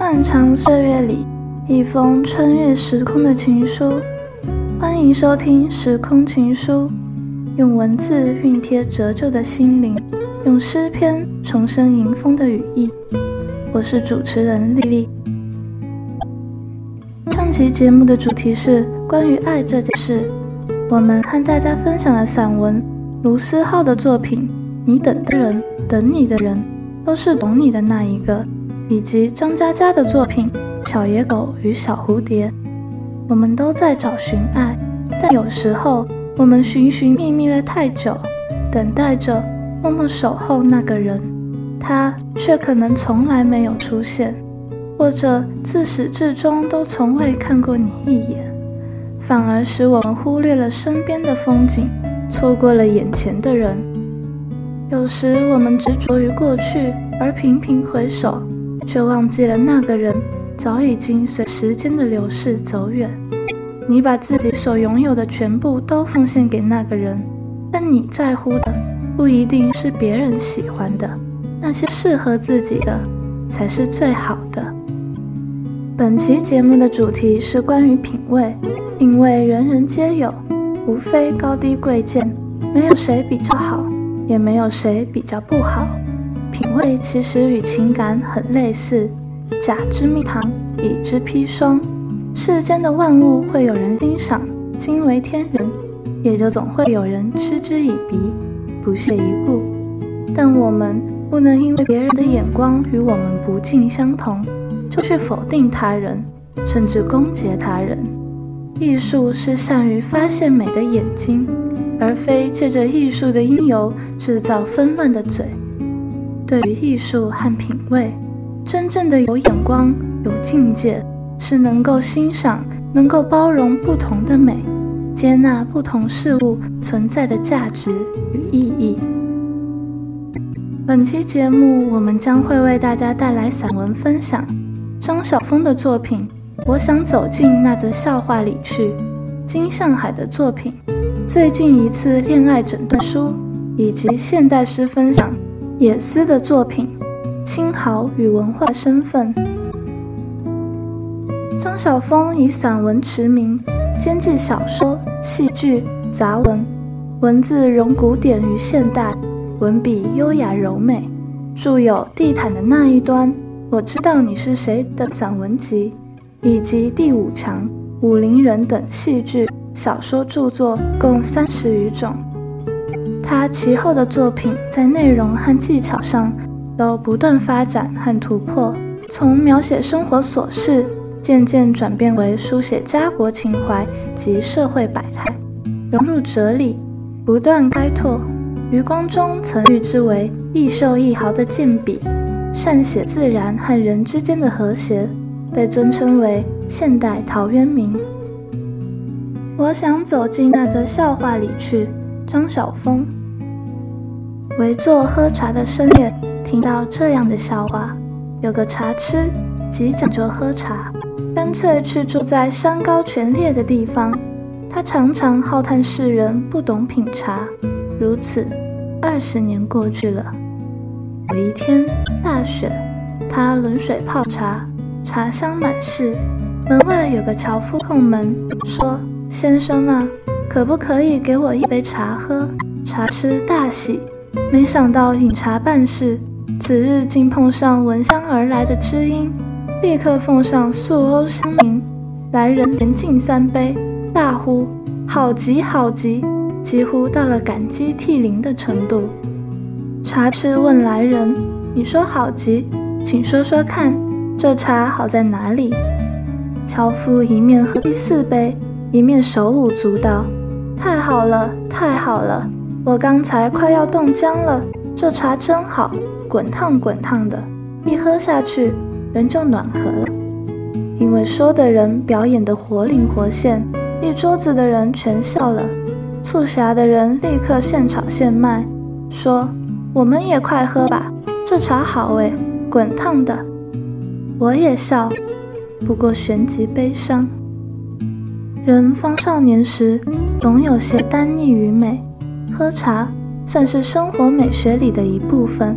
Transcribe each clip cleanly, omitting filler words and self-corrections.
漫长岁月里，一封穿越时空的情书。欢迎收听《时空情书》，用文字熨贴折旧的心灵，用诗篇重生迎风的羽翼。我是主持人丽丽。上期节目的主题是关于爱这件事，我们和大家分享了散文卢思浩的作品《你等的人，等你的人，都是懂你的那一个》，以及张嘉佳的作品《小野狗与小蝴蝶》。我们都在找寻爱，但有时候我们寻寻觅觅了太久，等待着默默守候那个人，他却可能从来没有出现，或者自始至终都从未看过你一眼，反而使我们忽略了身边的风景，错过了眼前的人。有时我们执着于过去而频频回首，却忘记了那个人早已经随时间的流逝走远。你把自己所拥有的全部都奉献给那个人，但你在乎的不一定是别人喜欢的，那些适合自己的才是最好的。本期节目的主题是关于品味，品味人人皆有，无非高低贵贱，没有谁比较好，也没有谁比较不好。品味其实与情感很类似，甲之蜜糖，乙之砒霜。世间的万物会有人欣赏，惊为天人，也就总会有人嗤之以鼻，不屑一顾。但我们不能因为别人的眼光与我们不尽相同，就去否定他人，甚至攻讦他人。艺术是善于发现美的眼睛，而非借着艺术的因由制造纷乱的嘴。对于艺术和品味，真正的有眼光、有境界，是能够欣赏、能够包容不同的美，接纳不同事物存在的价值与意义。本期节目，我们将会为大家带来散文分享张晓峰的作品《我想走进那则笑话里去》，金向海的作品《最近一次恋爱诊断书》，以及现代诗分享野思的作品《清豪与文化身份》。张晓峰以散文驰名，兼记小说、戏剧、杂文，文字融古典与现代，文笔优雅柔美，著有《地毯的那一端》、《我知道你是谁》的散文集，以及《第五墙》、《武林人》等戏剧、小说著作共30余种。他其后的作品在内容和技巧上都不断发展和突破，从描写生活琐事渐渐转变为书写家国情怀及社会百态，融入哲理，不断开拓。余光中曾誉之为亦秀亦豪的健笔，善写自然和人之间的和谐，被尊称为现代陶渊明。我想走进那则笑话里去，张晓峰。围坐喝茶的深夜，听到这样的笑话：有个茶痴极讲究喝茶，干脆去住在山高泉烈的地方。他常常浩叹世人不懂品茶，如此20年过去了。有一天大雪，他冷水泡茶，茶香满室。门外有个樵夫叩门，说：先生啊，可不可以给我一杯茶喝？茶痴大喜，没想到饮茶办事，此日竟碰上闻香而来的知音，立刻奉上素瓯香茗。来人连敬3杯，大呼好极好极，几乎到了感激涕零的程度。茶痴问来人：你说好极，请说说看，这茶好在哪里？樵夫一面喝第4杯，一面手舞足蹈：太好了，太好了，我刚才快要冻僵了，这茶真好，滚烫滚烫的，一喝下去人就暖和了。因为说的人表演得活灵活现，一桌子的人全笑了。促狭的人立刻现炒现卖，说：我们也快喝吧，这茶好诶，滚烫的。我也笑，不过旋即悲伤。人方少年时，总有些单腻与美，喝茶算是生活美学里的一部分，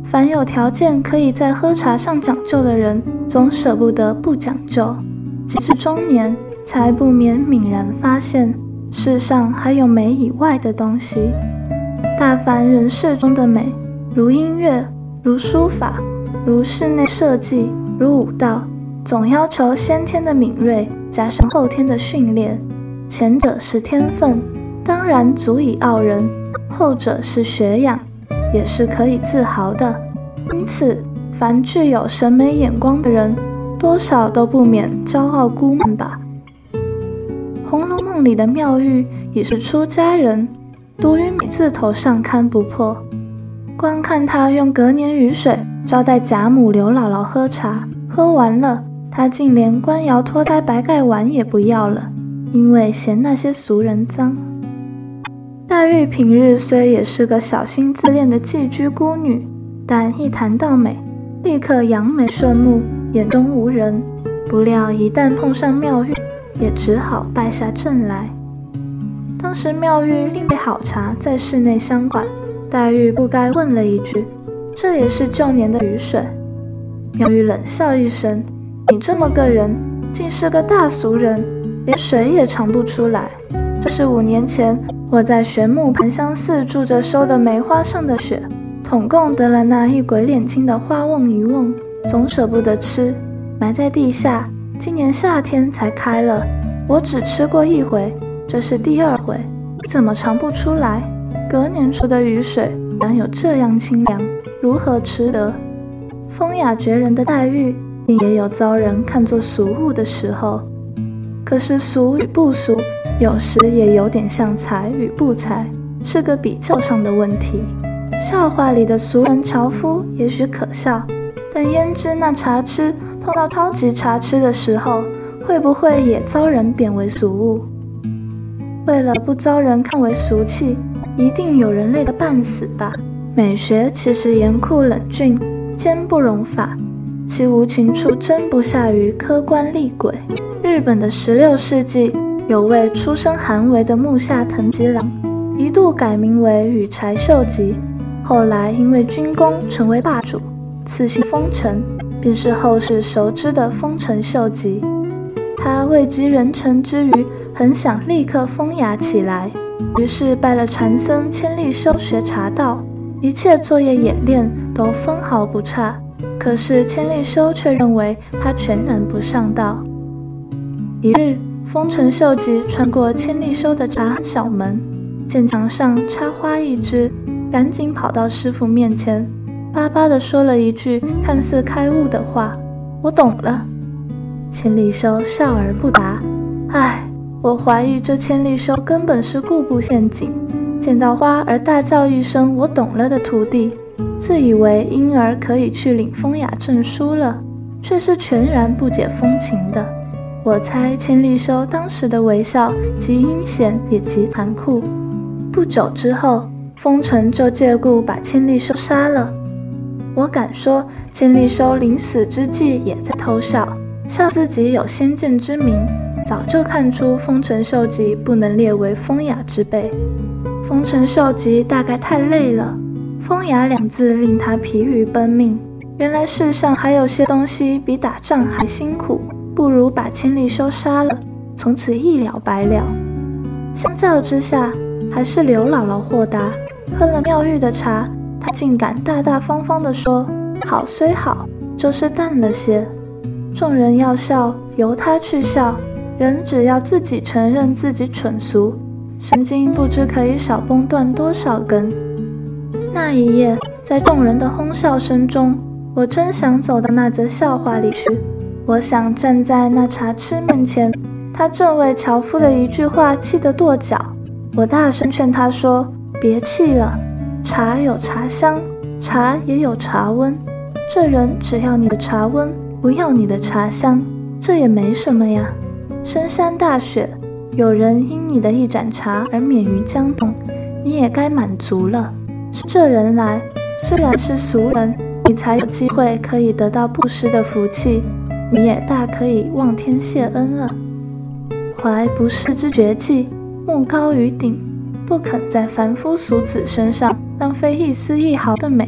凡有条件可以在喝茶上讲究的人，总舍不得不讲究。及至中年，才不免泯然发现，世上还有美以外的东西。大凡人世中的美，如音乐，如书法，如室内设计，如舞蹈，总要求先天的敏锐，加上后天的训练。前者是天分，当然足以傲人；后者是学养，也是可以自豪的。因此，凡具有审美眼光的人，多少都不免骄傲孤慢吧。《红楼梦》里的妙玉已是出家人，独于米字头上看不破。光看她用隔年雨水招待贾母、刘姥姥喝茶，喝完了，她竟连官窑脱胎白盖碗也不要了，因为嫌那些俗人脏。黛玉平日虽也是个小心自恋的寄居孤女，但一谈到美，立刻扬眉顺目，眼中无人。不料一旦碰上妙玉，也只好败下阵来。当时妙玉另备好茶在室内相管，黛玉不该问了一句：“这也是旧年的雨水？”妙玉冷笑一声：“你这么个人，竟是个大俗人，连水也尝不出来。这是5年前我在玄木盘香寺住着收的梅花上的雪，统共得了那一鬼脸轻的花瓮1瓮，总舍不得吃，埋在地下，今年夏天才开了，我只吃过1回，这是第2回，怎么尝不出来？隔年出的雨水哪有这样清凉，如何吃得？”风雅绝人的黛玉也有遭人看作俗物的时候，可是俗与不俗，有时也有点像才与不才，是个比较上的问题。笑话里的俗人樵夫也许可笑，但焉知那茶痴碰到超级茶痴的时候，会不会也遭人贬为俗物？为了不遭人看为俗气，一定有人累得半死吧。美学其实严酷冷峻，坚不容法，其无情处真不下于科官厉鬼。日本的16世纪有位出身寒微的木下藤吉郎，一度改名为羽柴秀吉，后来因为军功成为霸主，赐姓丰臣，便是后世熟知的丰臣秀吉。他位极人臣之余，很想立刻风雅起来，于是拜了禅僧千利休学茶道，一切作业演练都分毫不差。可是千利休却认为他全然不上道。一日，丰臣秀吉穿过千利休的茶小门，见墙上插花一枝，赶紧跑到师傅面前，巴巴地说了一句看似开悟的话：“我懂了。”千利休笑而不答。唉，我怀疑这千利休根本是故布陷阱，见到花而大叫一声“我懂了”的徒弟，自以为因而可以去领风雅证书了，却是全然不解风情的。我猜千利休当时的微笑极阴险也极残酷。不久之后，丰臣就借故把千利休杀了。我敢说，千利休临死之际也在偷笑，笑自己有先见之明，早就看出丰臣秀吉不能列为风雅之辈。丰臣秀吉大概太累了，风雅2字令他疲于奔命。原来世上还有些东西比打仗还辛苦，不如把千利休杀了，从此一了百了。相较之下，还是刘姥姥豁达，喝了妙玉的茶，她竟敢大大方方地说：“好虽好，就是淡了些。”众人要笑，由他去笑，人只要自己承认自己蠢俗，神经不知可以少崩断多少根。那一夜，在众人的哄笑声中，我真想走到那则笑话里去。我想站在那茶痴面前，他正为樵夫的一句话气得跺脚。我大声劝他说：“别气了，茶有茶香，茶也有茶温。这人只要你的茶温，不要你的茶香，这也没什么呀。深山大雪，有人因你的一盏茶而免于江冻，你也该满足了。这人来，虽然是俗人，你才有机会可以得到布施的福气，你也大可以望天谢恩了。怀不世之绝技，目高于顶，不肯在凡夫俗子身上浪费一丝一毫的美，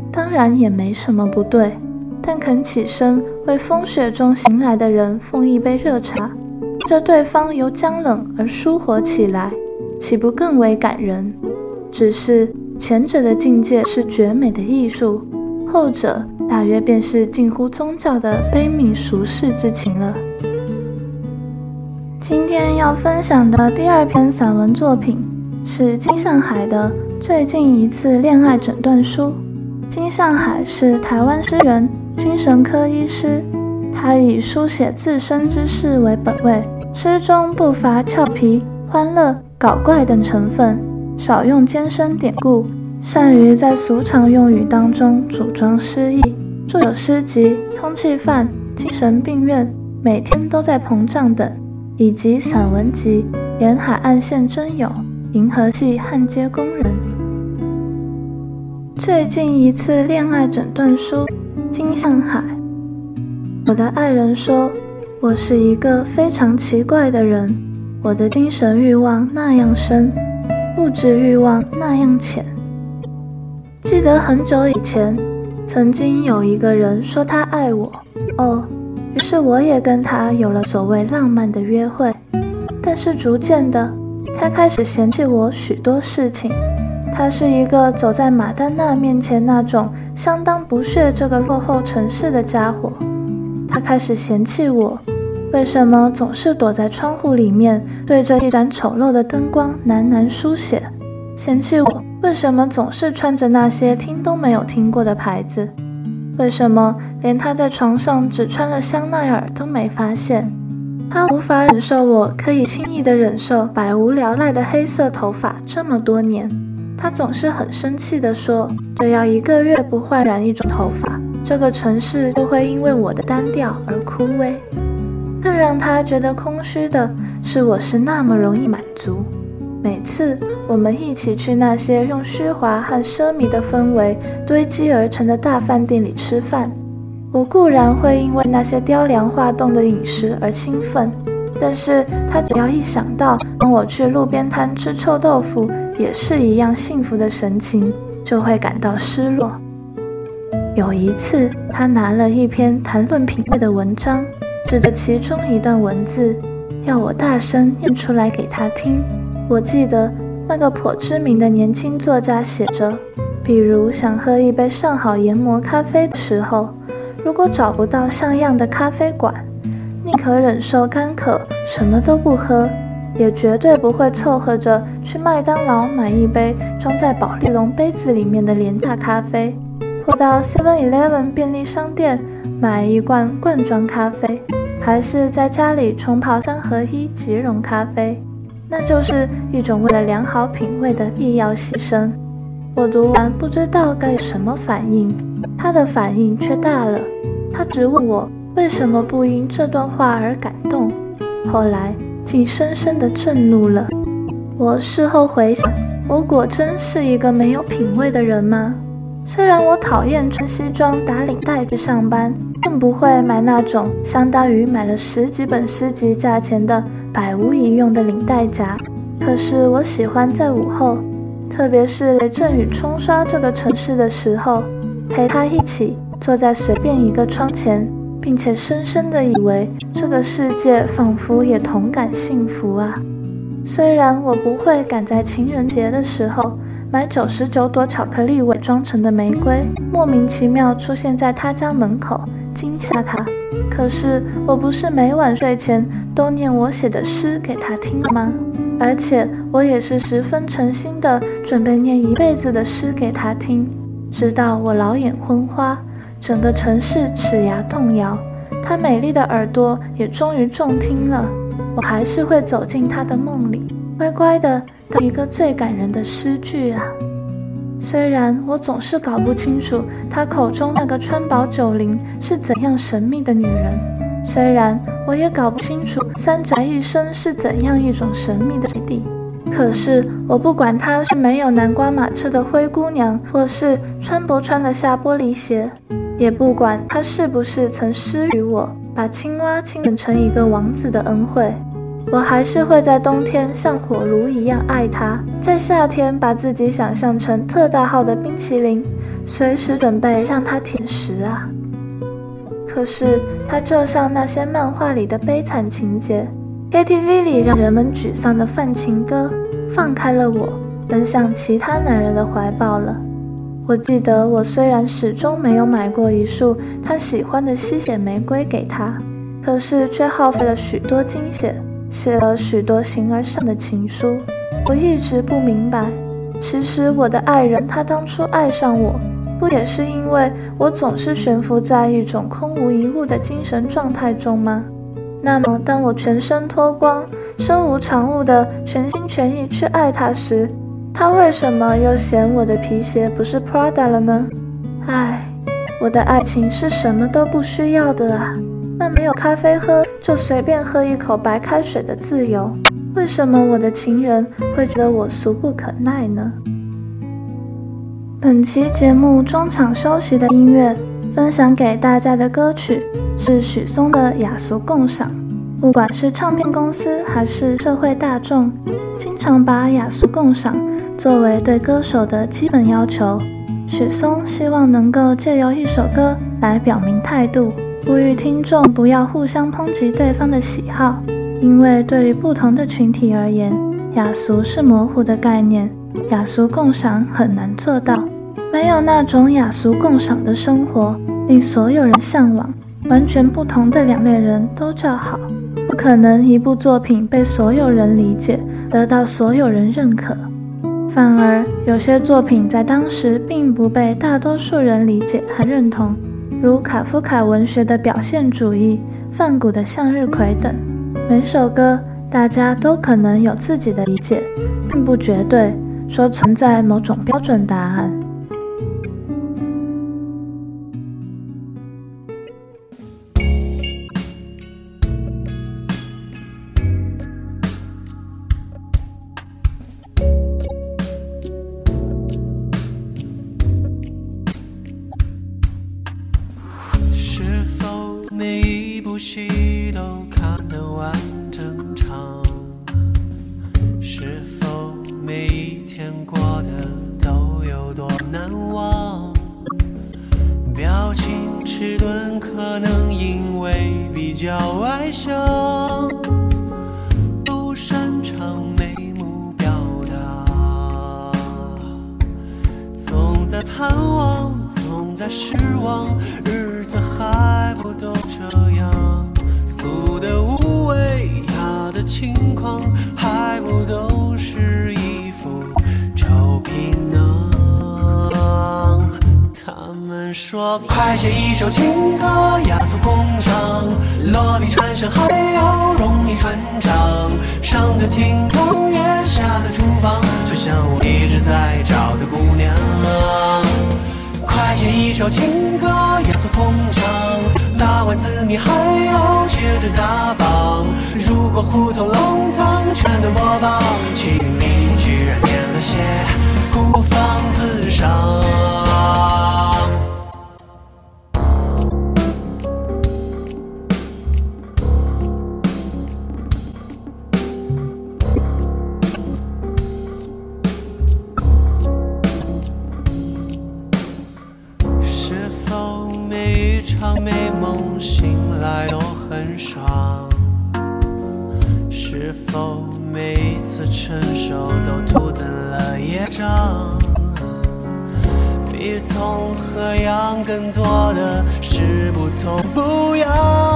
当然也没什么不对，但肯起身为风雪中醒来的人奉一杯热茶，这对方由僵冷而舒活起来，岂不更为感人？只是前者的境界是绝美的艺术，后者大约便是近乎宗教的悲悯俗世之情了。今天要分享的第二篇散文作品是金上海的《最近一次恋爱诊断书》。金上海是台湾诗人、精神科医师，他以书写自身之事为本位，诗中不乏俏皮、欢乐、搞怪等成分，少用艰深典故，善于在俗常用语当中组装诗意，著有诗集《通缉犯》、精神病院、每天都在膨胀等，以及散文集《沿海岸线真友》、《银河系焊接工人》。最近一次恋爱诊断书，金上海。我的爱人说，我是一个非常奇怪的人，我的精神欲望那样深，物质欲望那样浅。记得很久以前，曾经有一个人说他爱我，于是我也跟他有了所谓浪漫的约会。但是逐渐的，他开始嫌弃我许多事情。他是一个走在马丹娜面前那种相当不屑这个落后城市的家伙。他开始嫌弃我，为什么总是躲在窗户里面，对着一盏丑陋的灯光喃喃书写，嫌弃我为什么总是穿着那些听都没有听过的牌子，为什么连他在床上只穿了香奈儿都没发现。他无法忍受我可以轻易地忍受百无聊赖的黑色头发这么多年。他总是很生气地说，只要1个月不换染一种头发，这个城市就会因为我的单调而枯萎。更让他觉得空虚的是，我是那么容易满足。每次我们一起去那些用虚华和奢靡的氛围堆积而成的大饭店里吃饭，我固然会因为那些雕梁画栋的饮食而兴奋，但是他只要一想到跟我去路边摊吃臭豆腐也是一样幸福的神情，就会感到失落。有一次，他拿了一篇谈论品味的文章，指着其中一段文字，要我大声念出来给他听。我记得那个颇知名的年轻作家写着，比如想喝一杯上好研磨咖啡的时候，如果找不到像样的咖啡馆，宁可忍受干渴，什么都不喝，也绝对不会凑合着去麦当劳买一杯装在保丽龙杯子里面的廉价咖啡，或到 7-Eleven 便利商店买一罐罐装咖啡，还是在家里冲泡3合1即溶咖啡。那就是一种为了良好品味的必要牺牲。我读完不知道该有什么反应，他的反应却大了。他只问我为什么不因这段话而感动，后来竟深深地震怒了。我事后回想，我果真是一个没有品味的人吗？虽然我讨厌穿西装打领带去上班，更不会买那种相当于买了10几本诗集价钱的百无一用的领带夹，可是我喜欢在午后，特别是雷阵雨冲刷这个城市的时候，陪他一起坐在随便一个窗前，并且深深地以为这个世界仿佛也同感幸福啊。虽然我不会赶在情人节的时候买99朵巧克力伪装成的玫瑰，莫名其妙出现在他家门口惊吓他，可是我不是每晚睡前都念我写的诗给他听吗？而且我也是十分诚心的准备念一辈子的诗给他听，直到我老眼昏花，整个城市齿牙动摇，他美丽的耳朵也终于中听了，我还是会走进他的梦里，乖乖的到一个最感人的诗句啊。虽然我总是搞不清楚他口中那个川宝90是怎样神秘的女人，虽然我也搞不清楚三宅一生是怎样一种神秘的姐弟，可是我不管她是没有南瓜马吃的灰姑娘，或是穿不穿得下玻璃鞋，也不管她是不是曾施予我把青蛙亲吻成一个王子的恩惠， 我还是会在冬天像火炉一样爱它，在夏天把自己想象成特大号的冰淇淋，随时准备让它舔食啊。可是它就像那些漫画里的悲惨情节， KTV 里让人们沮丧的泛情歌，放开了我，奔向其他男人的怀抱了。我记得我虽然始终没有买过一束他喜欢的吸血玫瑰给他，可是却耗费了许多精血，写了许多形而上的情书。我一直不明白，其实我的爱人他当初爱上我，不也是因为我总是悬浮在一种空无一物的精神状态中吗？那么当我全身脱光，身无长物的全心全意去爱他时，他为什么又嫌我的皮鞋不是 Prada 了呢？唉，我的爱情是什么都不需要的啊，那没有咖啡喝就随便喝一口白开水的自由，为什么我的情人会觉得我俗不可耐呢？本期节目中场休息的音乐分享给大家的歌曲是许嵩的《雅俗共赏》。不管是唱片公司还是社会大众，经常把雅俗共赏作为对歌手的基本要求。许嵩希望能够借由一首歌来表明态度，呼吁听众不要互相抨击对方的喜好，因为对于不同的群体而言，雅俗是模糊的概念，雅俗共赏很难做到。没有那种雅俗共赏的生活，令所有人向往，完全不同的两类人都叫好。不可能一部作品被所有人理解，得到所有人认可，反而有些作品在当时并不被大多数人理解和认同，如卡夫卡文学的表现主义、梵谷的向日葵等。每首歌大家都可能有自己的理解，并不绝对说存在某种标准答案。 每一部戏都看得完整场，是否每一天过得都有多难忘？表情迟钝，可能因为比较外向，不擅长眉目表达，总在盼望，总在失望，日子还不都这样，俗的无味，雅的轻狂，还不都是一副臭皮囊。他们说快写一首情歌，雅俗共赏，落笔传神还要容易传唱，上得厅堂也下得厨房，就像我一直在找的姑娘。快写一首情歌，雅俗共赏，打完字谜还要接着打榜，如果胡同弄堂全都播放，心里居然念了些孤芳自赏。美梦醒来都很爽，是否每一次成熟都徒增了业障？比痛和痒更多的是不痛不痒，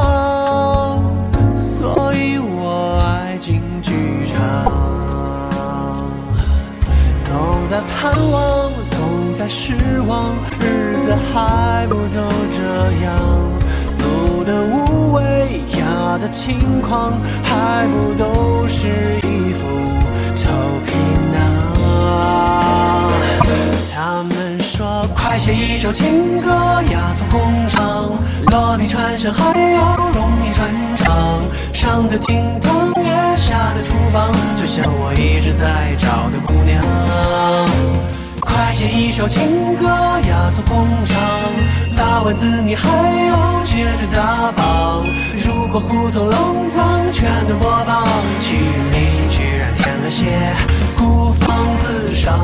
所以我爱进剧场，总在盼望，总在失望，日子还不都这样，俗的无味，雅的轻狂，还不都是一副臭皮囊。他们说快写一首情歌，雅俗共赏，落笔传神还要容易传唱，上得厅堂也下得厨房，就像我一直在找的姑娘。快写一首情歌，雅俗共赏，打完字谜还要接着打榜，如果胡同弄堂全都播放， 些孤芳自赏。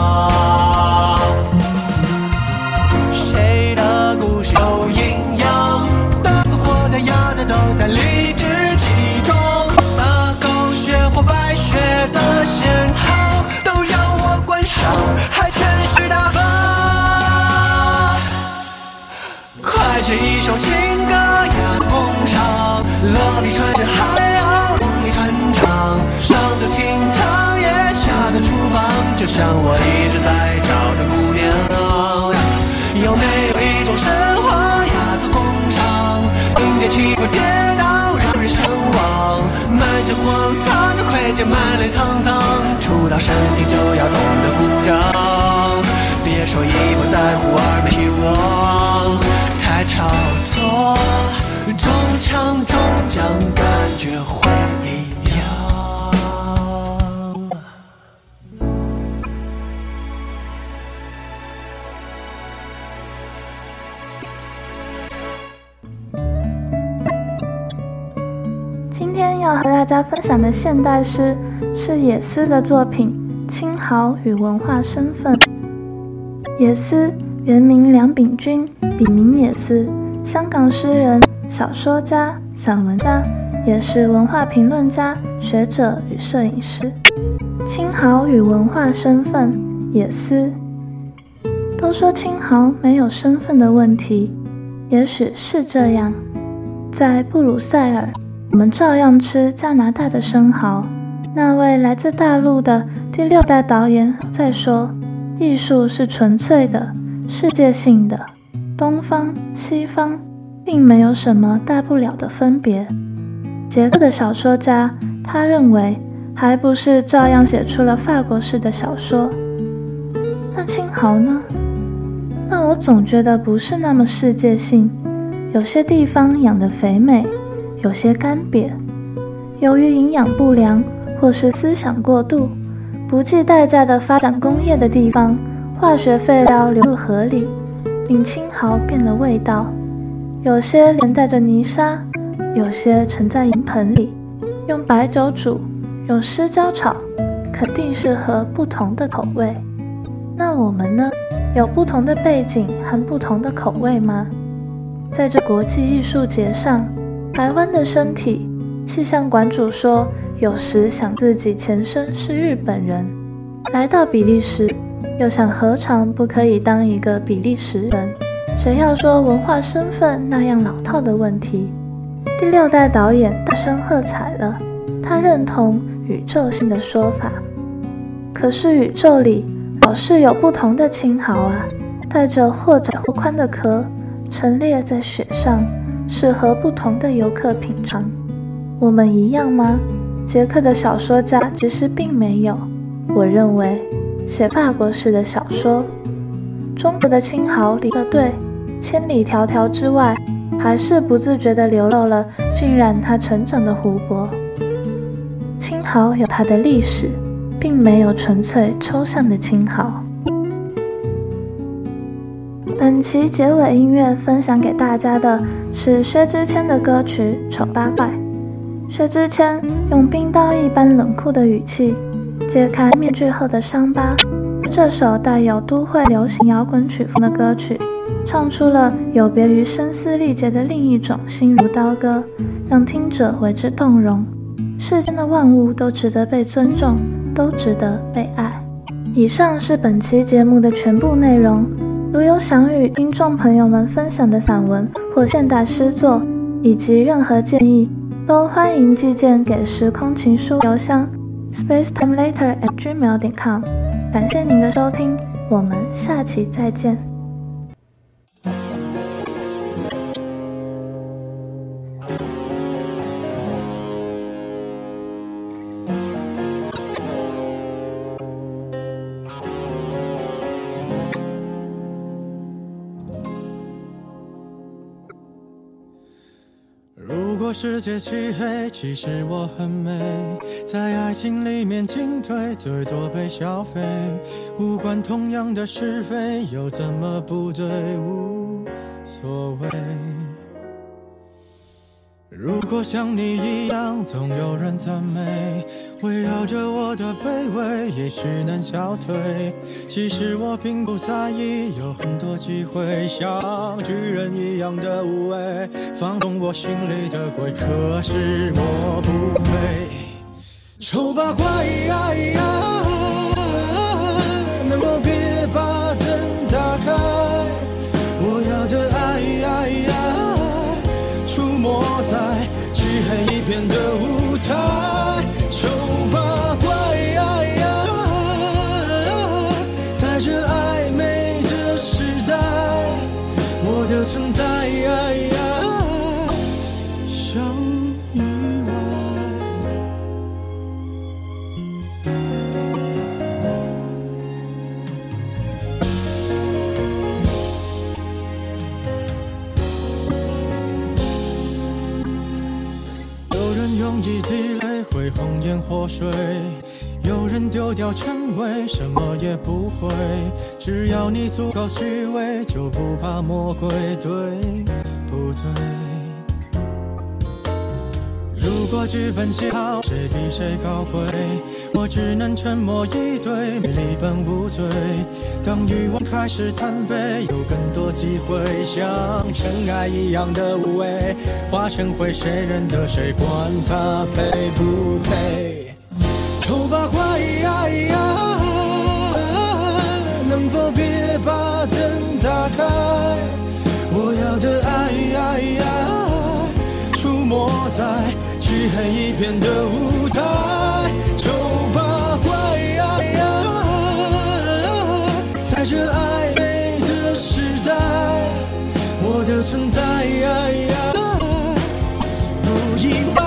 谁的故事有营养？大错或的哑的都在理直气壮，撒狗血或白雪的现场都要我观赏，还真是大方。快写一首情歌压在弓上，落笔传神还要容易传唱，上的厅堂也下的厨房，就像我一直在找的姑娘。有没有一种神话压在弓上，迎接起伏跌倒让人向往，满身荒唐着愧疚满脸沧桑，触到神经就要懂得鼓掌，别说一不在乎二没希望，太炒作中枪中将感觉会一样。 今天要和大家分享的现代诗是野思的作品《清豪与文化身份》。野思原名梁秉钧，笔名野思，香港诗人、小说家、散文家，也是文化评论家、学者与摄影师。清豪与文化身份，野思。都说清豪没有身份的问题，也许是这样。在布鲁塞尔，我们照样吃加拿大的生蚝。那位来自大陆的第6代导演在说，艺术是纯粹的、世界性的，东方、西方并没有什么大不了的分别。捷克的小说家，他认为还不是照样写出了法国式的小说。那清豪呢？那我总觉得不是那么世界性，有些地方养得肥美，有些干瘪，由于营养不良或是思想过度，不计代价地发展工业的地方，化学废料流入河里，令清豪变了味道。有些连带着泥沙，有些沉在银盆里，用白酒煮，用湿椒炒，肯定适合不同的口味。那我们呢？有不同的背景和不同的口味吗？在这国际艺术节上，台湾的身体，气象馆主说，有时想自己前身是日本人，来到比利时，又想何尝不可以当一个比利时人？谁要说文化身份那样老套的问题？第6代导演大声喝彩了，他认同宇宙性的说法。可是宇宙里老是有不同的清豪啊，带着或窄或宽的壳，陈列在雪上，适合不同的游客品尝。我们一样吗？捷克的小说家其实并没有。我认为写法国式的小说，中国的清豪离了队，千里迢迢之外，还是不自觉地流露了浸染他成长的湖泊。清豪有它的历史，并没有纯粹抽象的清豪。本期结尾音乐分享给大家的是薛之谦的歌曲《丑八怪》。薛之谦用冰刀一般冷酷的语气揭开面具后的伤疤，这首带有都会流行摇滚曲风的歌曲，唱出了有别于声嘶力竭的另一种心如刀割，让听者为之动容。世间的万物都值得被尊重，都值得被爱。以上是本期节目的全部内容。如有想与听众朋友们分享的散文或现代诗作，以及任何建议，都欢迎寄件给时空情书邮箱 spacetimelater@gmail.com。 感谢您的收听，我们下期再见。 如果世界漆黑，其实我很美，在爱情里面进退，最多被消费，无关同样的是非，又怎么不对？无所谓。 如果像你一样总有人赞美，围绕着我的卑微也许能消退。其实我并不在意，有很多机会像巨人一样的无畏，放纵我心里的鬼，可是我不配。丑八怪能否别把灯打开，我要的爱出没在漆黑一片的舞台。丑八怪在这暧昧的时代，我的存在像意外。有人用一滴泪会红颜祸水，有人丢掉称谓什么也不会，只要你足够虚伪，就不怕魔鬼，对不对？如果剧本写好，谁比谁高贵，我只能沉默以对，美丽本无罪。当欲望开始贪杯，有更多机会像尘埃一样的无畏，化成灰，谁认得谁，管他配不配。丑八怪能否别把灯打开，我要的爱出没在漆黑一片的舞台。丑八怪在这暧昧的时代，我的存在不意外。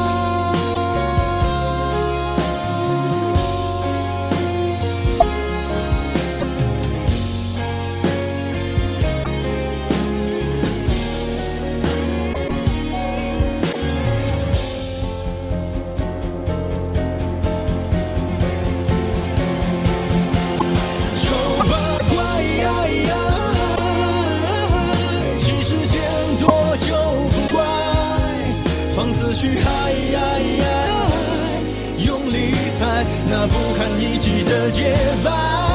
去嗨，用力踩那不堪一击的节拍。